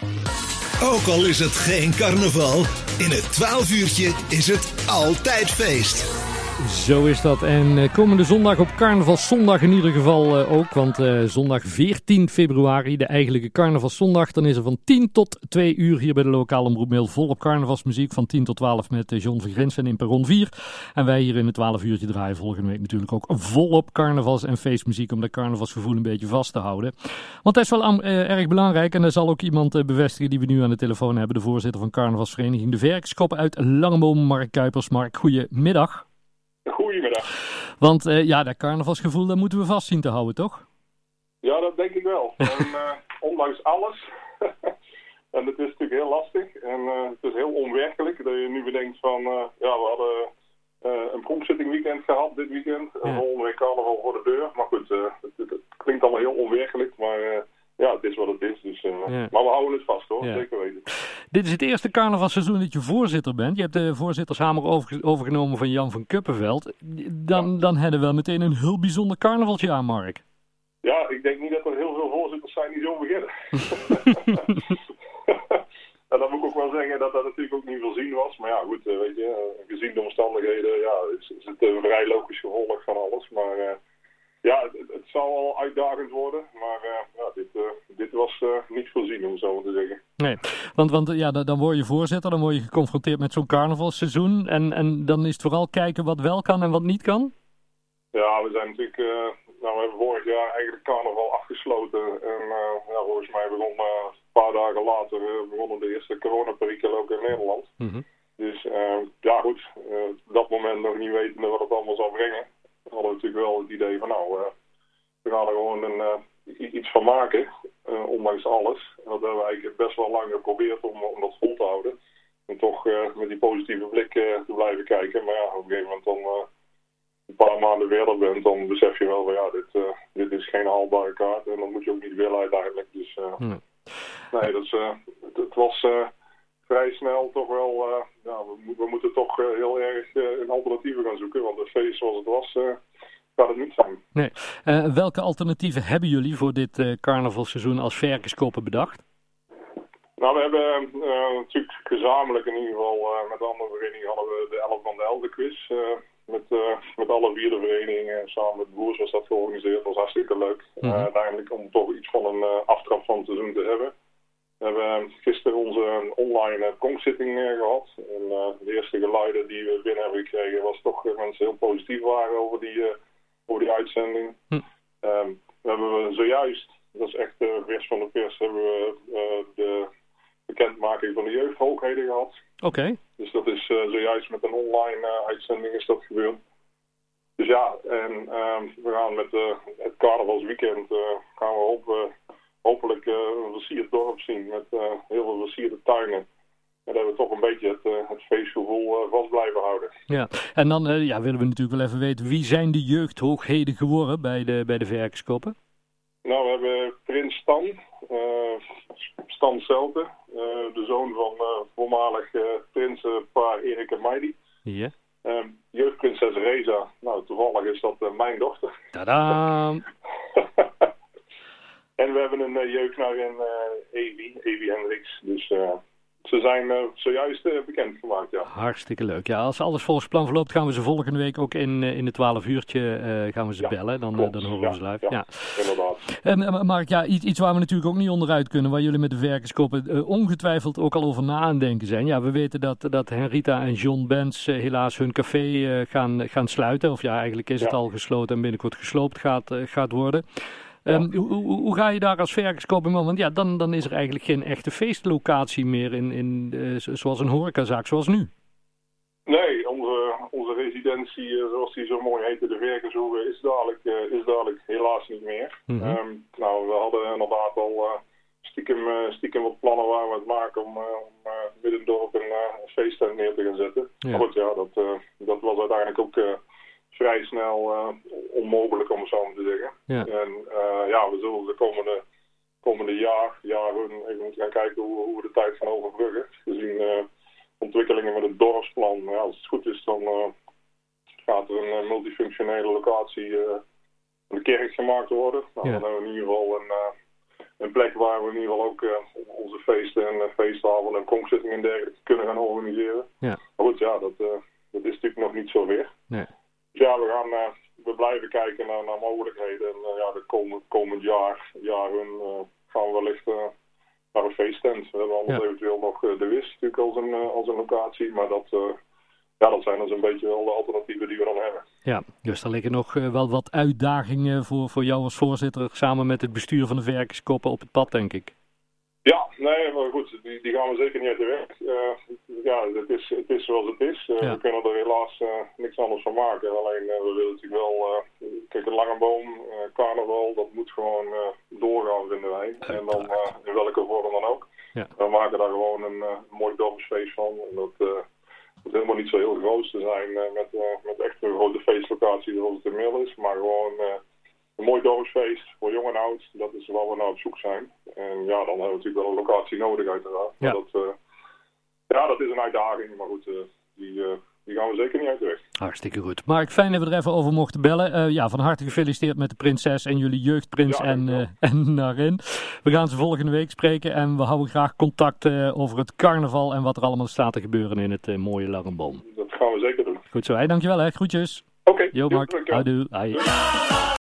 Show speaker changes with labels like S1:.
S1: Ook al is het geen carnaval, in het 12 uurtje is het altijd feest.
S2: Zo is dat. En komende zondag op carnavalszondag in ieder geval ook. Want zondag 14 februari, de eigenlijke carnavalszondag, dan is er van 10 tot 2 uur hier bij de lokale omroep Mail volop carnavalsmuziek. Van 10 tot 12 met John van Grinsen in Perron 4. En wij hier in het 12 uurtje draaien volgende week natuurlijk ook volop carnavals- en feestmuziek. Om dat carnavalsgevoel een beetje vast te houden. Want dat is wel erg belangrijk. En daar zal ook iemand bevestigen die we nu aan de telefoon hebben. De voorzitter van carnavalsvereniging De Verkskoppen uit Langeboom, Mark Kuipers. Mark, goedemiddag.
S3: Goedemiddag.
S2: Want dat carnavalsgevoel, dat moeten we vast zien te houden, toch?
S3: Ja, dat denk ik wel. En ondanks alles, en het is natuurlijk heel lastig en het is heel onwerkelijk dat je nu bedenkt van, we hadden een pronkzittingweekend gehad dit weekend, en volgende week carnaval voor de deur. Maar goed, het klinkt allemaal heel onwerkelijk, maar het is wat het is. Dus, maar we houden het vast hoor, zeker weten.
S2: Dit is het eerste carnavalseizoen dat je voorzitter bent. Je hebt de voorzittershamer overgenomen van Jan van Kuppenveld. Dan hebben we wel meteen een heel bijzonder carnavalsjaar, Mark.
S3: Ja, ik denk niet dat er heel veel voorzitters zijn die zo beginnen. En dan moet ik ook wel zeggen dat dat natuurlijk ook niet voorzien was. Maar ja, goed, weet je, gezien de omstandigheden is het een vrij logisch gevolg van alles. Maar het zal wel uitdagend worden. Maar dit was niet voorzien, om zo maar te zeggen.
S2: Nee, want dan word je voorzitter, dan word je geconfronteerd met zo'n carnavalseizoen. En dan is het vooral kijken wat wel kan en wat niet kan?
S3: Ja, we zijn natuurlijk... we hebben vorig jaar eigenlijk carnaval afgesloten. En volgens mij begon een paar dagen later begonnen de eerste coronaperikelen ook in Nederland. Mm-hmm. Dus goed, op dat moment nog niet wetende wat het allemaal zou brengen. Hadden we natuurlijk wel het idee van we gaan er gewoon iets van maken, ondanks alles. En dat hebben we eigenlijk best wel lang geprobeerd om dat vol te houden. En toch met die positieve blik te blijven kijken. Maar op een gegeven moment dan een paar maanden verder bent, dan besef je wel van dit is geen haalbare kaart. En dat moet je ook niet willen uiteindelijk. Dus het was vrij snel toch wel, we moeten toch heel erg een alternatieven gaan zoeken. Want het feest zoals het was, gaat het niet zijn.
S2: Nee. Welke alternatieven hebben jullie voor dit carnavalseizoen als Verkskoppen bedacht?
S3: Nou, we hebben natuurlijk gezamenlijk in ieder geval met de andere verenigingen hadden we de 11 van de Elden quiz. Met alle 4 verenigingen samen met Boers was dat georganiseerd. Dat was hartstikke leuk. Uiteindelijk om toch iets van een aftrap van het seizoen te hebben. We hebben gisteren onze online pronkzitting gehad. En de eerste geluiden die we binnen hebben gekregen was toch mensen heel positief waren over die uitzending. We hebben zojuist, dat is echt vers van de pers, hebben we de bekendmaking van de jeugdhoogheden gehad.
S2: Oké.
S3: Dus dat is zojuist met een online uitzending is dat gebeurd. Dus we gaan met het carnavalsweekend gaan we hopelijk een versierd dorp zien met heel veel versierde tuinen. En dat we toch een beetje het feestgevoel vast blijven houden.
S2: Ja, en dan willen we natuurlijk wel even weten, wie zijn de jeugdhoogheden geworden bij de Verkskoppen?
S3: Nou, we hebben Prins Stan Celte, de zoon van voormalig prinsenpaar Erik en Meidi.
S2: Ja.
S3: Jeugdprinses Reza, nou toevallig is dat mijn dochter.
S2: Tadaa!
S3: En we hebben een jeugdnaar Evi Hendricks, dus... Ze zijn zojuist bekendgemaakt, ja.
S2: Hartstikke leuk. Ja, als alles volgens plan verloopt, gaan we ze volgende week ook in het 12 uurtje gaan we ze bellen. Dan horen we ze live. Ja,
S3: inderdaad.
S2: Mark, iets waar we natuurlijk ook niet onderuit kunnen, waar jullie met de Verkskoppen ongetwijfeld ook al over na aan denken zijn. Ja, we weten dat Henrita en John Benz helaas hun café gaan sluiten. Of eigenlijk is het al gesloten en binnenkort gesloopt gaat worden. Hoe ga je daar als Verkskoppen om? Want dan is er eigenlijk geen echte feestlocatie meer zoals een horecazaak zoals nu.
S3: Nee, onze residentie, zoals die zo mooi heette, de Verkershoeve, is dadelijk helaas niet meer. Mm-hmm. We hadden inderdaad al stiekem wat plannen waar we het maken om midden in het dorp een feesttent neer te gaan zetten. Ja. Maar goed, dat was uiteindelijk ook... vrij snel onmogelijk om het zo te zeggen. Ja. En we zullen de komende jaren even moeten gaan kijken hoe we de tijd gaan overbruggen. Gezien ontwikkelingen met het dorpsplan. Als het goed is, dan gaat er een multifunctionele locatie aan de kerk gemaakt worden. Dan hebben we in ieder geval een plek waar we in ieder geval ook onze feesten en feestavond en konkzitting en dergelijke kunnen gaan organiseren.
S2: Ja.
S3: Maar goed, ja, dat is natuurlijk nog niet zo weer.
S2: Nee.
S3: Dus ja, we blijven kijken naar mogelijkheden. En de komend jaren gaan we wellicht naar een feesttent. We hebben anders eventueel nog de WIS natuurlijk als een locatie. Maar dat zijn dus een beetje wel de alternatieven die we dan hebben. Ja,
S2: dus er liggen nog wel wat uitdagingen voor jou als voorzitter samen met het bestuur van de Verkerskoppen op het pad, denk ik.
S3: Ja, nee, maar goed, die gaan we zeker niet uit de weg. Het is zoals het is. We kunnen er helaas niks anders van maken. Alleen we willen natuurlijk wel, kijk, een Langenboom, carnaval, dat moet gewoon doorgaan, vinden wij. En dan in welke vorm dan ook. Ja. We maken daar gewoon een mooi dorpsfeest van. En dat hoeft helemaal niet zo heel groot te zijn met echt een grote feestlocatie zoals het inmiddels is. Maar gewoon een mooi dorpsfeest voor jong en oud. Dat is waar we naar op zoek zijn. En ja, dan hebben we natuurlijk wel een locatie nodig uiteraard. Ja. Maar dat is een uitdaging. Maar goed, die gaan we zeker niet uit de weg.
S2: Hartstikke goed. Mark, fijn dat we er even over mochten bellen. Van harte gefeliciteerd met de prinses en jullie jeugdprins en Narin. We gaan ze volgende week spreken en we houden graag contact over het carnaval en wat er allemaal staat te gebeuren in het mooie Langenboom.
S3: Dat gaan we zeker doen.
S2: Goed zo. Dankjewel. Groetjes.
S3: Oké.
S2: Jo, Mark. Adieu.